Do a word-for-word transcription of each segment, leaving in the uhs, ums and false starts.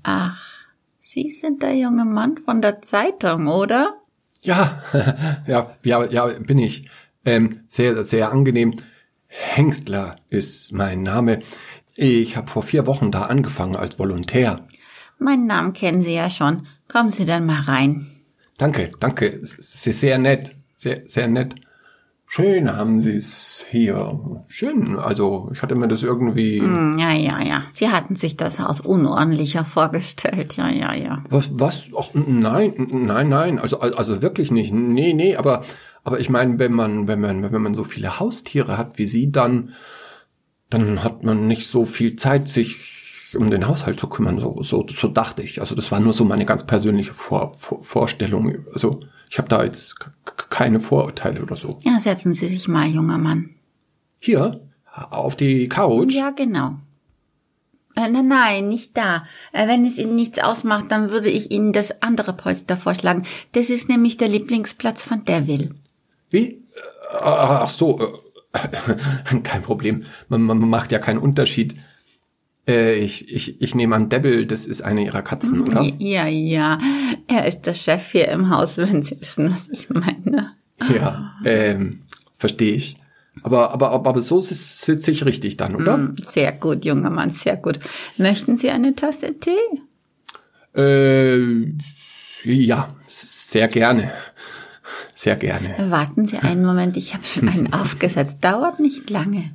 Ach, Sie sind der junge Mann von der Zeitung, oder? Ja, ja, ja, ja, bin ich. Ähm, sehr, sehr angenehm. Hengstler ist mein Name. Ich habe vor vier Wochen da angefangen als Volontär. Meinen Namen kennen Sie ja schon. Kommen Sie dann mal rein. Danke, danke. Es ist sehr nett. Sehr, sehr nett. Schön haben Sie es hier. Schön. Also, ich hatte mir das irgendwie... Hm, ja, ja, ja. Sie hatten sich das Haus unordentlicher vorgestellt. Ja, ja, ja. Was, was? Ach, nein, nein, nein. Also, also wirklich nicht. Nee, nee, aber, aber ich meine, wenn man, wenn man, wenn man so viele Haustiere hat wie Sie, dann, dann hat man nicht so viel Zeit, sich um den Haushalt zu kümmern. So, so, so dachte ich. Also, das war nur so meine ganz persönliche Vor, Vor, Vorstellung. Also, ich habe da jetzt keine Vorurteile oder so. Ja, setzen Sie sich mal, junger Mann. Hier? Auf die Couch? Ja, genau. Äh, nein, nein, nicht da. Äh, wenn es Ihnen nichts ausmacht, dann würde ich Ihnen das andere Polster vorschlagen. Das ist nämlich der Lieblingsplatz von Devil. Wie? Ach so, äh, kein Problem. Man, man macht ja keinen Unterschied. Äh, ich, ich, ich nehme an, Devil, das ist eine Ihrer Katzen, oder? Ja, ja. Er ist der Chef hier im Haus, wenn Sie wissen, was ich meine. Ja, ähm, verstehe ich. Aber, aber, aber, aber so sitze ich richtig dann, oder? Sehr gut, junger Mann, sehr gut. Möchten Sie eine Tasse Tee? Äh, ja, sehr gerne. Sehr gerne. Warten Sie einen Moment, ich habe schon einen aufgesetzt. Dauert nicht lange.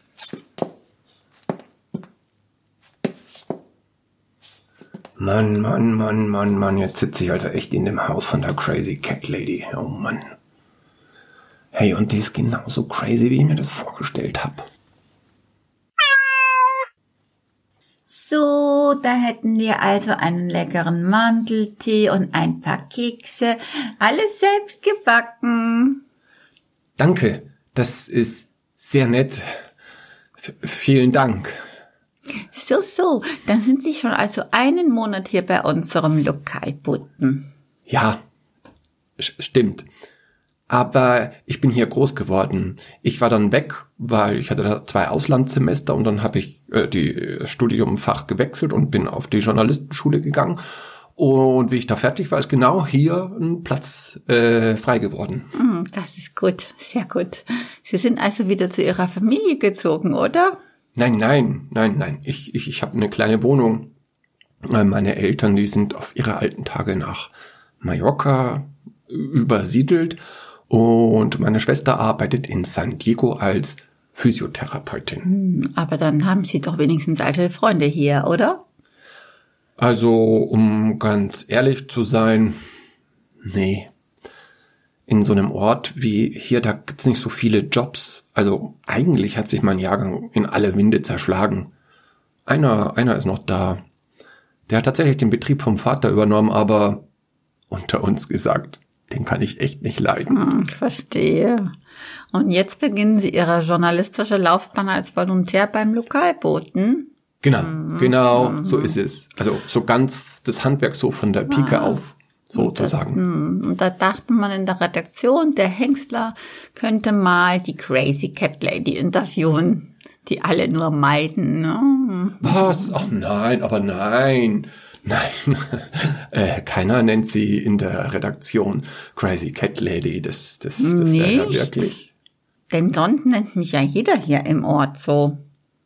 Mann, Mann, Mann, Mann, Mann, jetzt sitze ich also echt in dem Haus von der Crazy Cat Lady. Oh Mann. Hey, und die ist genauso crazy, wie ich mir das vorgestellt habe. So, da hätten wir also einen leckeren Mandeltee und ein paar Kekse. Alles selbst gebacken. Danke, das ist sehr nett. V- vielen Dank. So, so, dann sind Sie schon also einen Monat hier bei unserem Lokalboten. Ja, st- stimmt. Aber ich bin hier groß geworden. Ich war dann weg, weil ich hatte da zwei Auslandssemester und dann habe ich äh, die Studiumfach gewechselt und bin auf die Journalistenschule gegangen. Und wie ich da fertig war, ist genau hier ein Platz äh, frei geworden. Hm, das ist gut, sehr gut. Sie sind also wieder zu Ihrer Familie gezogen, oder? Nein, nein, nein, nein. Ich, ich, ich habe eine kleine Wohnung. Äh, Meine Eltern, die sind auf ihre alten Tage nach Mallorca übersiedelt. Und meine Schwester arbeitet in San Diego als Physiotherapeutin. Hm, aber dann haben Sie doch wenigstens alte Freunde hier, oder? Also, um ganz ehrlich zu sein, nee. In so einem Ort wie hier, da gibt's nicht so viele Jobs. Also eigentlich hat sich mein Jahrgang in alle Winde zerschlagen. Einer, einer ist noch da. Der hat tatsächlich den Betrieb vom Vater übernommen, aber unter uns gesagt, den kann ich echt nicht leiden. Hm, verstehe. Und jetzt beginnen Sie Ihre journalistische Laufbahn als Volontär beim Lokalboten? Genau, genau, so ist es. Also so ganz das Handwerk so von der Pike auf, sozusagen. Hm, und da dachte man in der Redaktion, der Hengstler könnte mal die Crazy Cat Lady interviewen, die alle nur meiden. Ne? Was? Ach nein, aber nein. Nein, äh, keiner nennt sie in der Redaktion Crazy Cat Lady. Das, das, das wäre ja wirklich... Denn sonst nennt mich ja jeder hier im Ort so.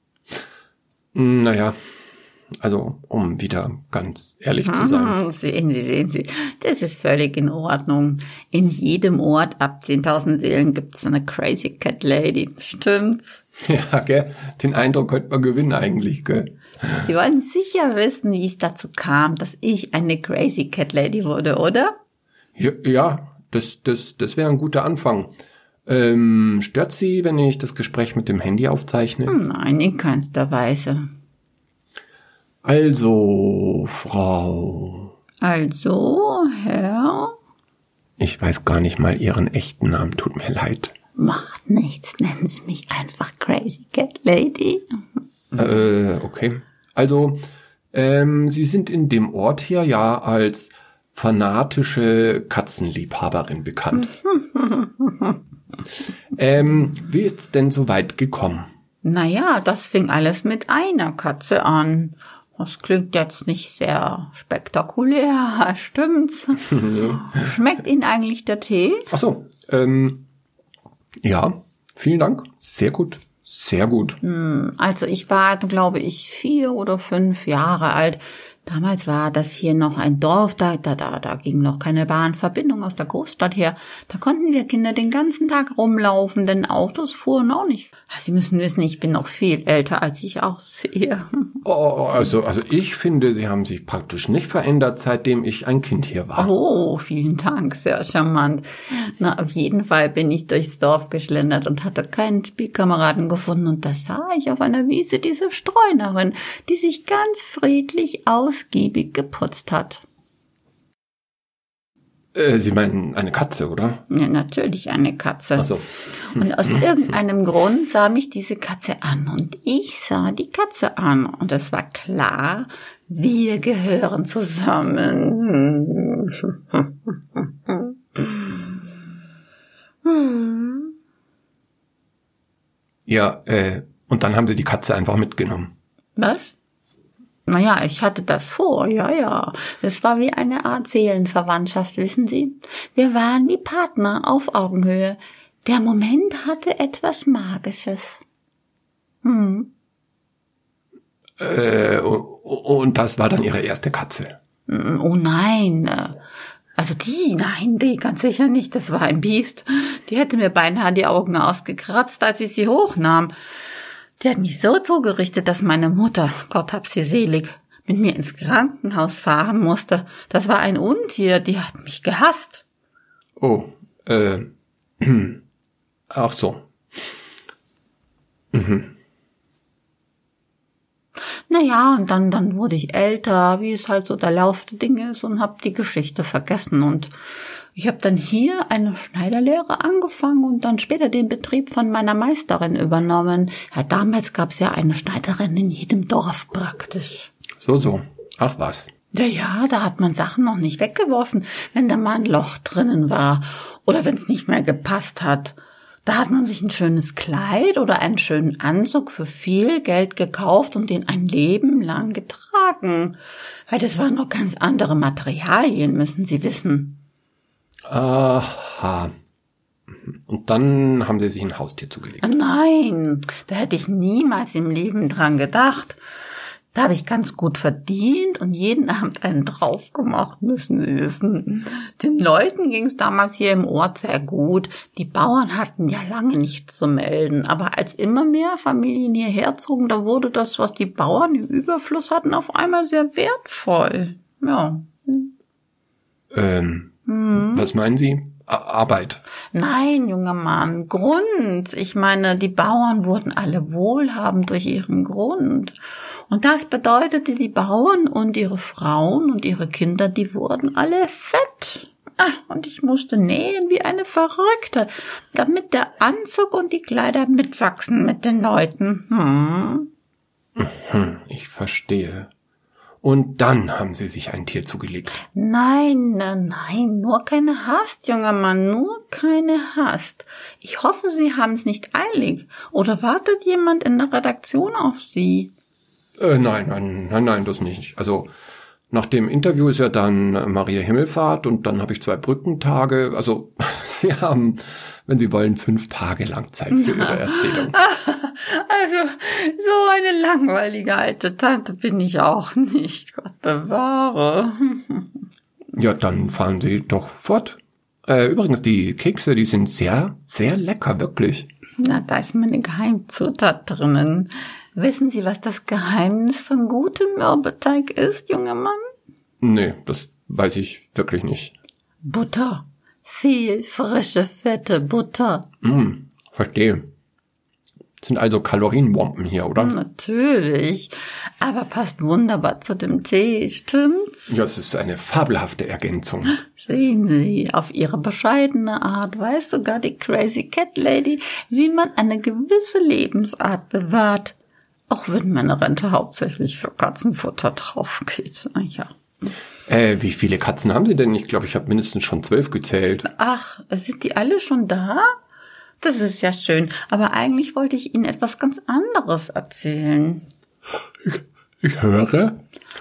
Naja, also um wieder ganz ehrlich zu sein. Sehen Sie, sehen Sie, das ist völlig in Ordnung. In jedem Ort ab zehntausend Seelen gibt es eine Crazy Cat Lady, stimmt's? Ja, gell, den Eindruck könnte man gewinnen eigentlich, gell. Sie wollen sicher wissen, wie es dazu kam, dass ich eine Crazy Cat Lady wurde, oder? Ja, ja das, das, das wäre ein guter Anfang. Ähm, stört Sie, wenn ich das Gespräch mit dem Handy aufzeichne? Nein, in keinster Weise. Also, Frau... Also, Herr? Ich weiß gar nicht mal Ihren echten Namen, tut mir leid. Macht nichts, nennen Sie mich einfach Crazy Cat Lady. Äh, okay. Also, ähm, Sie sind in dem Ort hier ja als fanatische Katzenliebhaberin bekannt. ähm, wie ist's denn so weit gekommen? Naja, das fing alles mit einer Katze an. das klingt jetzt nicht sehr spektakulär, stimmt's? Nee. Schmeckt Ihnen eigentlich der Tee? Ach so, ähm, ja, vielen Dank. Sehr gut, sehr gut. Also ich war, glaube ich, vier oder fünf Jahre alt. Damals war das hier noch ein Dorf, da, da, da, da ging noch keine Bahnverbindung aus der Großstadt her. Da konnten wir Kinder den ganzen Tag rumlaufen, denn Autos fuhren auch nicht. Sie müssen wissen, ich bin noch viel älter, als ich aussehe. Oh, also, also ich finde, Sie haben sich praktisch nicht verändert, seitdem ich ein Kind hier war. Oh, vielen Dank, sehr charmant. Na, auf jeden Fall bin ich durchs Dorf geschlendert und hatte keinen Spielkameraden gefunden. Und da sah ich auf einer Wiese diese Streunerin, die sich ganz friedlich ausgiebig geputzt hat. Äh, Sie meinen eine Katze, oder? Ja, natürlich eine Katze. Ach so. Und aus irgendeinem Grund sah mich diese Katze an und ich sah die Katze an. Und es war klar, wir gehören zusammen. Ja, äh, und dann haben Sie die Katze einfach mitgenommen. Was? Naja, ich hatte das vor, ja, ja. Es war wie eine Art Seelenverwandtschaft, wissen Sie. Wir waren wie Partner auf Augenhöhe. Der Moment hatte etwas Magisches. Hm. Äh, und das war dann Ihre erste Katze? Oh nein, also die, nein, die ganz sicher nicht. Das war ein Biest. Die hätte mir beinahe die Augen ausgekratzt, als ich sie hochnahm. Die hat mich so zugerichtet, dass meine Mutter, Gott hab sie selig, mit mir ins Krankenhaus fahren musste. Das war ein Untier, die hat mich gehasst. Oh, äh, ach so. Mhm. Naja, und dann, dann wurde ich älter, wie es halt so der Lauf der Dinge ist, und hab die Geschichte vergessen. Und ich habe dann hier eine Schneiderlehre angefangen und dann später den Betrieb von meiner Meisterin übernommen. Ja, damals gab's ja eine Schneiderin in jedem Dorf praktisch. So, so. Ach was. Ja, ja, da hat man Sachen noch nicht weggeworfen, wenn da mal ein Loch drinnen war oder wenn es nicht mehr gepasst hat. Da hat man sich ein schönes Kleid oder einen schönen Anzug für viel Geld gekauft und den ein Leben lang getragen. Weil das waren noch ganz andere Materialien, müssen Sie wissen. Aha. Und dann haben Sie sich ein Haustier zugelegt. Nein, da hätte ich niemals im Leben dran gedacht. Da habe ich ganz gut verdient und jeden Abend einen drauf gemacht, müssen Sie wissen. Den Leuten ging es damals hier im Ort sehr gut. Die Bauern hatten ja lange nichts zu melden. Aber als immer mehr Familien hierher zogen, da wurde das, was die Bauern im Überfluss hatten, auf einmal sehr wertvoll. Ja. Ähm, hm. Was meinen Sie? Arbeit. Nein, junger Mann, Grund. Ich meine, die Bauern wurden alle wohlhabend durch ihren Grund. Und das bedeutete, die Bauern und ihre Frauen und ihre Kinder, die wurden alle fett. Ah, und ich musste nähen wie eine Verrückte, damit der Anzug und die Kleider mitwachsen mit den Leuten. Hm. Hm, ich verstehe. Und dann haben Sie sich ein Tier zugelegt. Nein, nein, nur keine Hast, junger Mann, nur keine Hast. Ich hoffe, Sie haben es nicht eilig. Oder wartet jemand in der Redaktion auf Sie? Äh, nein, nein, nein, nein, das nicht. Also nach dem Interview ist ja dann Maria Himmelfahrt und dann habe ich zwei Brückentage. Also Sie haben, wenn Sie wollen, fünf Tage lang Zeit für Ihre Erzählung. Also so eine langweilige alte Tante bin ich auch nicht. Gott bewahre. Ja, dann fahren Sie doch fort. Äh, übrigens, die Kekse, die sind sehr, sehr lecker, wirklich. Na, da ist meine Geheimzutat drinnen. Wissen Sie, was das Geheimnis von gutem Mürbeteig ist, junger Mann? Nee, das weiß ich wirklich nicht. Butter. Viel frische, fette Butter. Mm, verstehe. Das sind also Kalorienbomben hier, oder? Natürlich. Aber passt wunderbar zu dem Tee, stimmt's? Ja, es ist eine fabelhafte Ergänzung. Sehen Sie, auf ihre bescheidene Art weiß sogar die Crazy Cat Lady, wie man eine gewisse Lebensart bewahrt. Auch wenn meine Rente hauptsächlich für Katzenfutter drauf geht. Ja. Äh, wie viele Katzen haben Sie denn? Ich glaube, ich habe mindestens schon zwölf gezählt. Ach, sind die alle schon da? Das ist ja schön. Aber eigentlich wollte ich Ihnen etwas ganz anderes erzählen. Ich, Ich höre.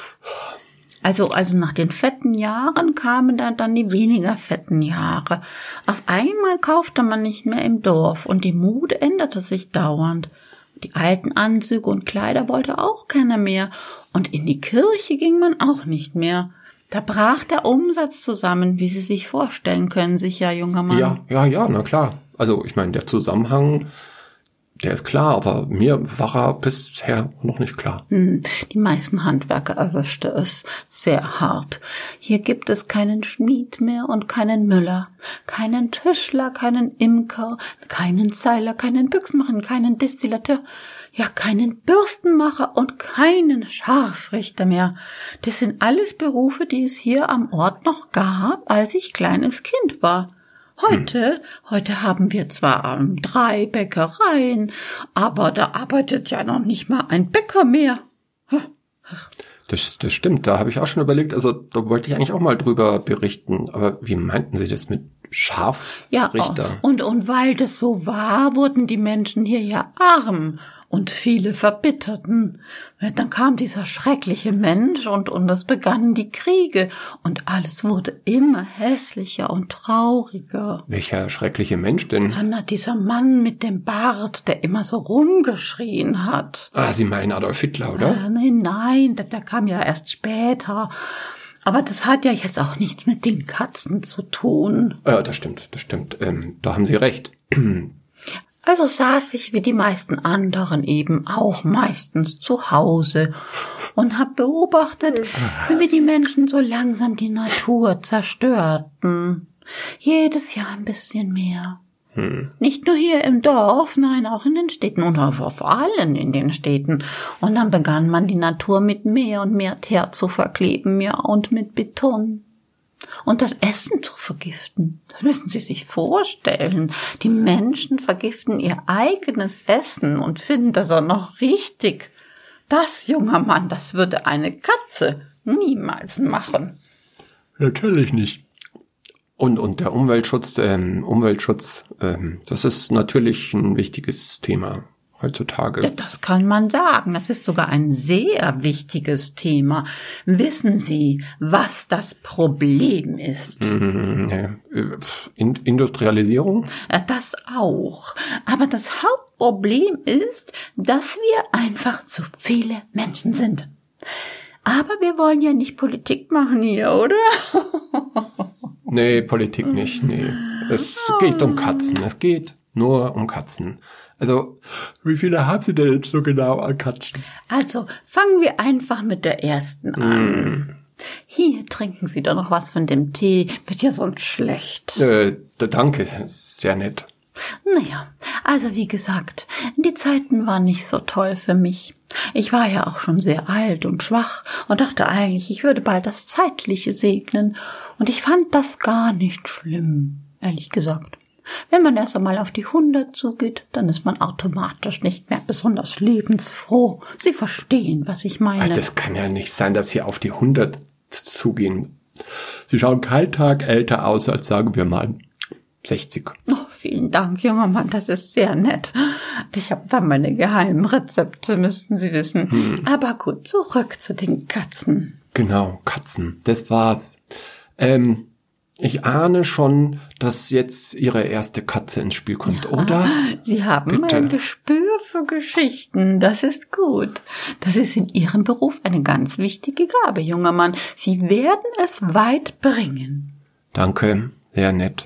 Also, also nach den fetten Jahren kamen dann, dann die weniger fetten Jahre. Auf einmal kaufte man nicht mehr im Dorf und die Mode änderte sich dauernd. Die alten Anzüge und Kleider wollte auch keiner mehr und in die Kirche ging man auch nicht mehr. Da brach der Umsatz zusammen, wie Sie sich vorstellen können, sicher, junger Mann. Ja, ja, ja, na klar. Also ich meine, der Zusammenhang, der ist klar, aber mir war er bisher noch nicht klar. Hm, die meisten Handwerker erwischte es sehr hart. Hier gibt es keinen Schmied mehr und keinen Müller, keinen Tischler, keinen Imker, keinen Zeiler, keinen Büchsenmacher, keinen Destillateur, ja keinen Bürstenmacher und keinen Scharfrichter mehr. Das sind alles Berufe, die es hier am Ort noch gab, als ich kleines Kind war. Heute, hm. heute haben wir zwar ähm, drei Bäckereien, aber da arbeitet ja noch nicht mal ein Bäcker mehr. Das, das stimmt, da habe ich auch schon überlegt, also da wollte ich eigentlich auch mal drüber berichten, aber wie meinten Sie das mit Scharfrichter? Ja, und, und weil das so war, wurden die Menschen hier ja arm. Und viele verbitterten. Dann kam dieser schreckliche Mensch und, und es begannen die Kriege. Und alles wurde immer hässlicher und trauriger. Welcher schreckliche Mensch denn? Hanna, dieser Mann mit dem Bart, der immer so rumgeschrien hat. Ah, Sie meinen Adolf Hitler, oder? Äh, nein, nein, der, der kam ja erst später. Aber das hat ja jetzt auch nichts mit den Katzen zu tun. Ja, das stimmt, das stimmt. Ähm, da haben Sie recht. Also saß ich wie die meisten anderen eben auch meistens zu Hause und hab beobachtet, wie die Menschen so langsam die Natur zerstörten. Jedes Jahr ein bisschen mehr. Hm. Nicht nur hier im Dorf, nein, auch in den Städten und vor allem in den Städten. Und dann begann man die Natur mit mehr und mehr Teer zu verkleben, ja, und mit Beton. Und das Essen zu vergiften, das müssen Sie sich vorstellen. Die Menschen vergiften ihr eigenes Essen und finden das auch noch richtig. Das, junger Mann, das würde eine Katze niemals machen. Natürlich nicht. Und, und der Umweltschutz, ähm, Umweltschutz, ähm, das ist natürlich ein wichtiges Thema heutzutage. Das kann man sagen. Das ist sogar ein sehr wichtiges Thema. Wissen Sie, was das Problem ist? Mhm, ja. Industrialisierung? Das auch. Aber das Hauptproblem ist, dass wir einfach zu viele Menschen sind. Aber wir wollen ja nicht Politik machen hier, oder? Nee, Politik nicht, nee. Es geht um Katzen. Es geht nur um Katzen. Also, wie viele haben Sie denn jetzt so genau an Katzen? Also, fangen wir einfach mit der ersten an. Mm. Hier, trinken Sie doch noch was von dem Tee. Wird ja sonst schlecht. Äh, danke, ist sehr nett. Naja, also wie gesagt, die Zeiten waren nicht so toll für mich. Ich war ja auch schon sehr alt und schwach und dachte eigentlich, ich würde bald das Zeitliche segnen. Und ich fand das gar nicht schlimm, ehrlich gesagt. Wenn man erst einmal auf die hundert zugeht, dann ist man automatisch nicht mehr besonders lebensfroh. Sie verstehen, was ich meine. Also das kann ja nicht sein, dass Sie auf die hundert zugehen. Sie schauen keinen Tag älter aus, als sagen wir mal sechzig. Oh, vielen Dank, junger Mann, das ist sehr nett. Ich habe da meine geheimen Rezepte, müssten Sie wissen. Hm. Aber gut, zurück zu den Katzen. Genau, Katzen, das war's. Ähm... Ich ahne schon, dass jetzt Ihre erste Katze ins Spiel kommt, ja, oder? Sie haben Bitte. Ein Gespür für Geschichten. Das ist gut. Das ist in Ihrem Beruf eine ganz wichtige Gabe, junger Mann. Sie werden es weit bringen. Danke, sehr nett.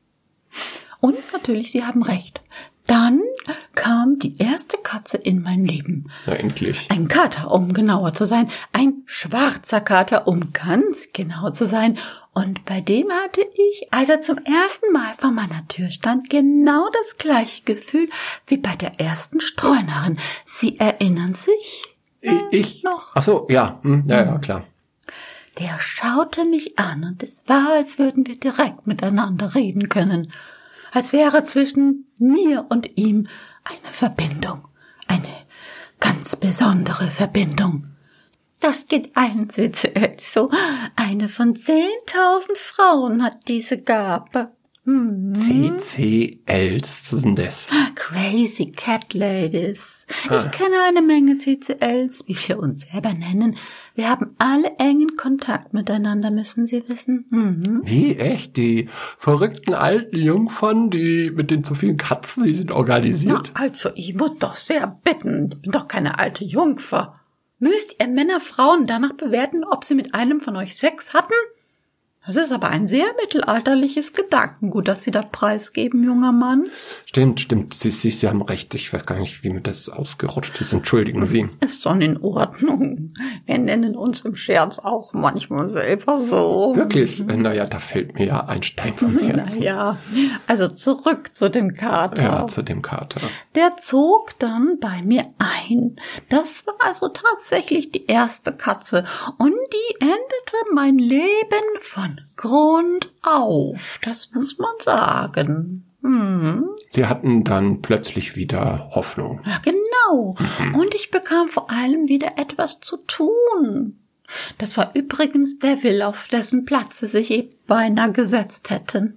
Und natürlich, Sie haben recht. Dann kam die erste Katze in mein Leben. Na, endlich. Ein Kater, um genauer zu sein. Ein schwarzer Kater, um ganz genau zu sein. Und bei dem hatte ich, als er zum ersten Mal vor meiner Tür stand, genau das gleiche Gefühl wie bei der ersten Streunerin. Sie erinnern sich? Äh, ich? Noch? Ach so, ja. Hm, ja, ja, klar. Der schaute mich an und es war, als würden wir direkt miteinander reden können. Als wäre zwischen mir und ihm eine Verbindung. Eine ganz besondere Verbindung. Das geht allen so. Eine von zehntausend Frauen hat diese Gabe. Hm. C C Ls, was ist denn das? Crazy Cat Ladies. Ah. Ich kenne eine Menge C C Ls, wie wir uns selber nennen. Wir haben alle engen Kontakt miteinander, müssen Sie wissen. Mhm. Wie, echt? Die verrückten alten Jungfern, die mit den zu vielen Katzen, die sind organisiert? Na, also, ich muss doch sehr bitten. Ich bin doch keine alte Jungfer. Müsst ihr Männer Frauen danach bewerten, ob sie mit einem von euch Sex hatten? Das ist aber ein sehr mittelalterliches Gedankengut, das Sie da preisgeben, junger Mann. Stimmt, stimmt. Sie, Sie, Sie haben recht. Ich weiß gar nicht, wie mir das ausgerutscht ist. Entschuldigen Sie. Ist schon in Ordnung. Wir nennen uns im Scherz auch manchmal selber so. Wirklich? Naja, da fällt mir ja ein Stein vom Herzen. Naja, also zurück zu dem Kater. Ja, zu dem Kater. Der zog dann bei mir ein. Das war also tatsächlich die erste Katze. Und die endete mein Leben von Grund auf. Das muss man sagen. Hm. Sie hatten dann plötzlich wieder Hoffnung. Ja, genau. Mhm. Und ich bekam vor allem wieder etwas zu tun. Das war übrigens Devil, auf dessen Platz sie sich eben beinahe gesetzt hätten.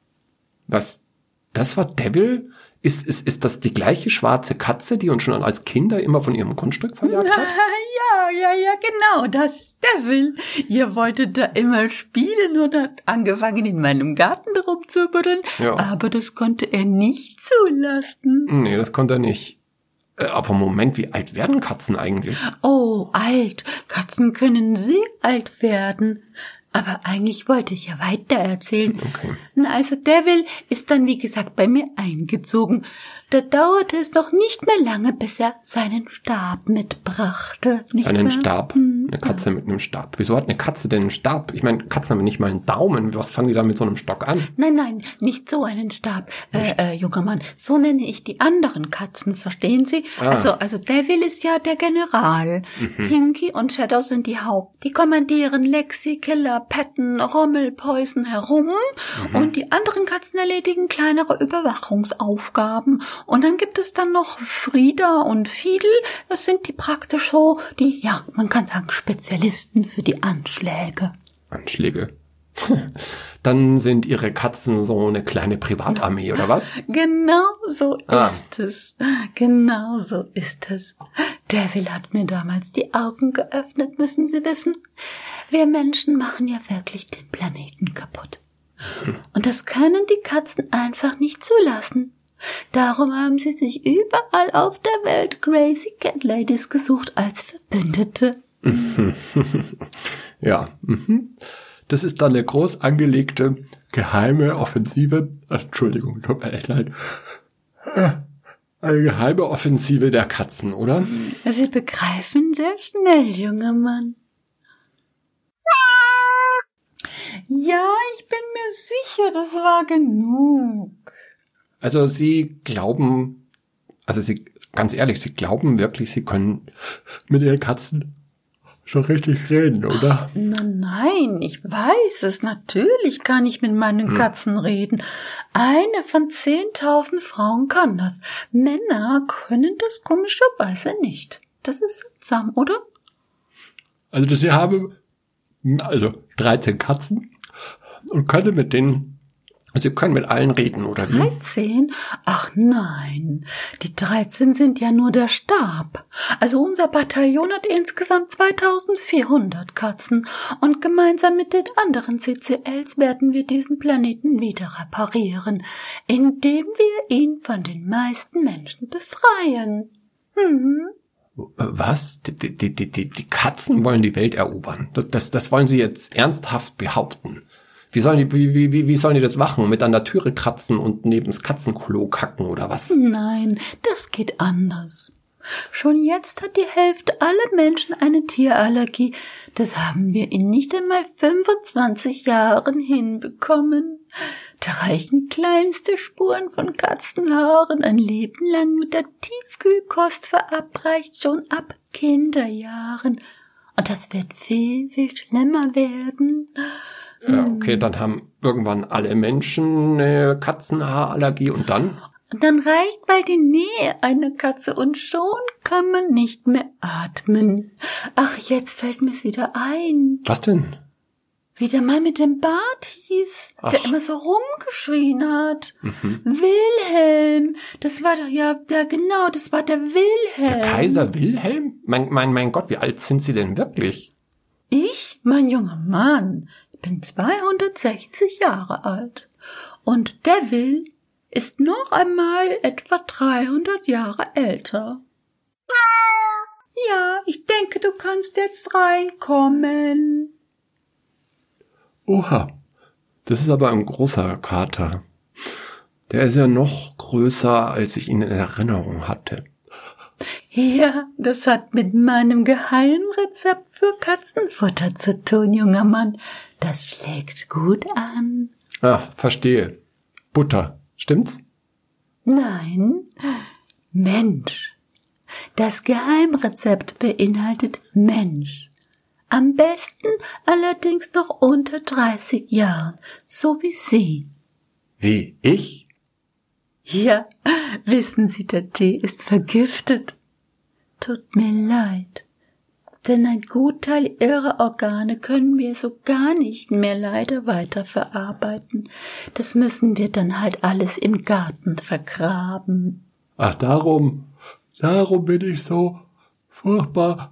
Was? Das war Devil? Ist, ist, ist das die gleiche schwarze Katze, die uns schon als Kinder immer von ihrem Grundstück verjagt hat? Ja, ja, ja, genau, das ist Devil. Ihr wolltet da immer spielen und hat angefangen, in meinem Garten rumzubuddeln, ja. Aber das konnte er nicht zulassen. Nee, das konnte er nicht. Aber Moment, wie alt werden Katzen eigentlich? Oh, alt. Katzen können sehr alt werden. Aber eigentlich wollte ich ja weiter erzählen. Okay. Also Devil ist dann, wie gesagt, bei mir eingezogen. Da dauerte es noch nicht mehr lange, bis er seinen Stab mitbrachte. Nicht Seinen wahr? Stab? Eine Katze mit einem Stab. Wieso hat eine Katze denn einen Stab? Ich meine, Katzen haben nicht mal einen Daumen. Was fangen die da mit so einem Stock an? Nein, nein, nicht so einen Stab, äh, äh, junger Mann. So nenne ich die anderen Katzen, verstehen Sie? Ah. Also, also Devil ist ja der General. Mhm. Pinky und Shadow sind die Haupt. Die kommandieren Lexi, Killer, Patton, Rommel, Poison herum. Mhm. Und die anderen Katzen erledigen kleinere Überwachungsaufgaben. Und dann gibt es dann noch Frieda und Fiedel. Das sind die praktisch so, die, ja, man kann sagen, Spezialisten für die Anschläge. Anschläge. Dann sind ihre Katzen so eine kleine Privatarmee, oder was? Genau so Ah. ist es. Genau so ist es. Devil hat mir damals die Augen geöffnet, müssen Sie wissen. Wir Menschen machen ja wirklich den Planeten kaputt. Und das können die Katzen einfach nicht zulassen. Darum haben sie sich überall auf der Welt Crazy Cat Ladies gesucht als Verbündete. Ja, das ist dann eine groß angelegte, geheime Offensive, Entschuldigung, tut mir echt leid, eine geheime Offensive der Katzen, oder? Sie begreifen sehr schnell, junger Mann. Ja, ich bin mir sicher, das war genug. Also Sie glauben, also Sie, ganz ehrlich, Sie glauben wirklich, Sie können mit Ihren Katzen schon richtig reden, oder? Na, nein, ich weiß es. Natürlich kann ich mit meinen hm. Katzen reden. Eine von zehntausend Frauen kann das. Männer können das komischerweise nicht. Das ist seltsam, oder? Also, dass Sie haben, also dreizehn Katzen und können mit denen, Sie können mit allen reden, oder wie? dreizehn? Ach nein, die dreizehn sind ja nur der Stab. Also unser Bataillon hat insgesamt zweitausendvierhundert Katzen und gemeinsam mit den anderen C C Ls werden wir diesen Planeten wieder reparieren, indem wir ihn von den meisten Menschen befreien. Hm? Was? Die, die, die, die, die Katzen wollen die Welt erobern. Das, das, das wollen Sie jetzt ernsthaft behaupten. Wie sollen die, wie, wie, wie sollen die das machen? Mit an der Türe kratzen und neben's Katzenklo kacken oder was? Nein, das geht anders. Schon jetzt hat die Hälfte aller Menschen eine Tierallergie. Das haben wir in nicht einmal fünfundzwanzig Jahren hinbekommen. Da reichen kleinste Spuren von Katzenhaaren ein Leben lang mit der Tiefkühlkost verabreicht, schon ab Kinderjahren. Und das wird viel, viel schlimmer werden. Ja, okay, dann haben irgendwann alle Menschen eine Katzenhaarallergie und dann? Und dann reicht bald die Nähe einer Katze und schon kann man nicht mehr atmen. Ach, jetzt fällt mir's wieder ein. Was denn? Wie der Mann mit dem Bart hieß, Ach. der immer so rumgeschrien hat. Mhm. Wilhelm, das war doch, ja, ja genau, das war der Wilhelm. Der Kaiser Wilhelm? Mein, mein, mein Gott, wie alt sind Sie denn wirklich? Ich, mein junger Mann, bin zweihundertsechzig Jahre alt. Und der Will ist noch einmal etwa dreihundert Jahre älter. Ja, ich denke, du kannst jetzt reinkommen. Oha, das ist aber ein großer Kater. Der ist ja noch größer, als ich ihn in Erinnerung hatte. Ja, das hat mit meinem Geheimrezept für Katzenfutter zu tun, junger Mann. Das schlägt gut an. Ah, verstehe. Butter, stimmt's? Nein, Mensch. Das Geheimrezept beinhaltet Mensch. Am besten allerdings noch unter dreißig Jahren, so wie Sie. Wie, ich? Ja, wissen Sie, der Tee ist vergiftet. Tut mir leid, denn ein Gutteil Ihrer Organe können wir so gar nicht mehr leider weiterverarbeiten. Das müssen wir dann halt alles im Garten vergraben. Ach, darum, darum bin ich so furchtbar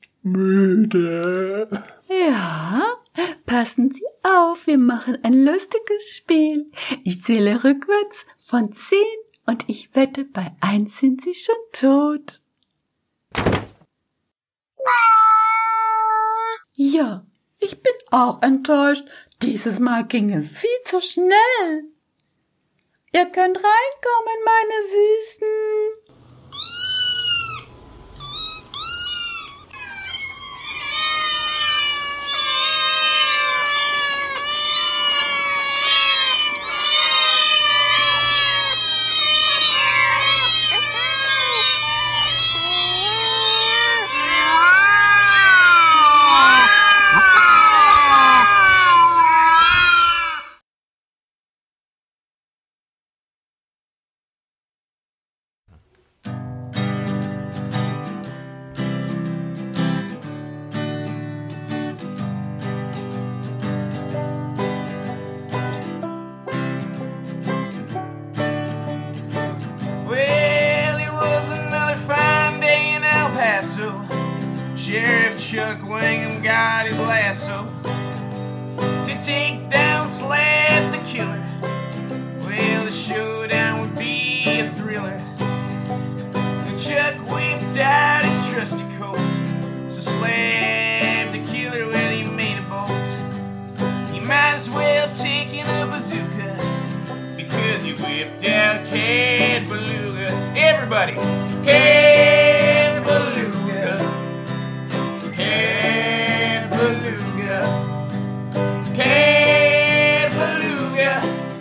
müde. Ja, passen Sie auf, wir machen ein lustiges Spiel. Ich zähle rückwärts von zehn und ich wette, bei eins sind Sie schon tot. Ja, ich bin auch enttäuscht. Dieses Mal ging es viel zu schnell. Ihr könnt reinkommen, meine Süßen. Sheriff Chuck Wingham got his lasso to take down Slab the killer. Well, the showdown would be a thriller. And Chuck whipped out his trusty coat, so Slab the killer, well, he made a bolt. He might as well take in a bazooka, because he whipped out Cad Beluga. Everybody, Cad Beluga. Cad Beluga, Cad Beluga,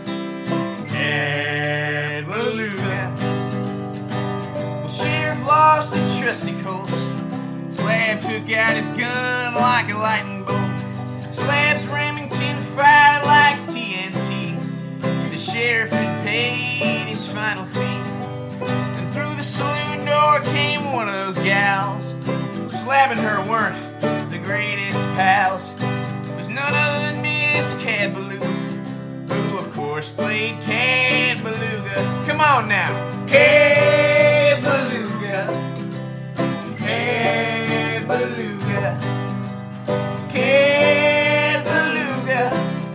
Cad Beluga. Well, Sheriff lost his trusty Colt. Slab took out his gun like a lightning bolt. Slab's Remington fired like T N T. The sheriff had paid his final fee. And through the saloon door came one of those gals. Slab and her weren't the greatest pals. It was none other than Miss Cad Beluga, who of course played Cad Beluga. Come on now, Cad Beluga, Cad Beluga, Cad Beluga,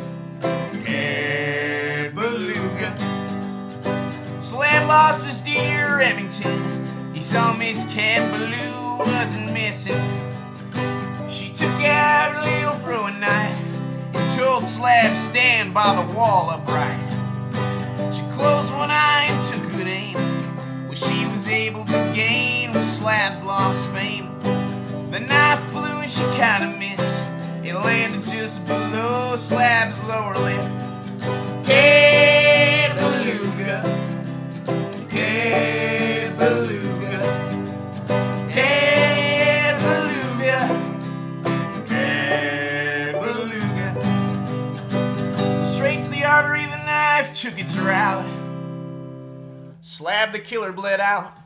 Cad Beluga. Slab lost his dear Remington. He saw Miss Cad Beluga wasn't missing. She took out her little throwing knife and told Slab stand by the wall upright. She closed one eye and took good aim. What she was able to gain was Slab's lost fame. The knife flew and she kinda missed. It landed just below Slab's lower lip. Cad Beluga, Cad Beluga. Took its route. Slab the killer bled out.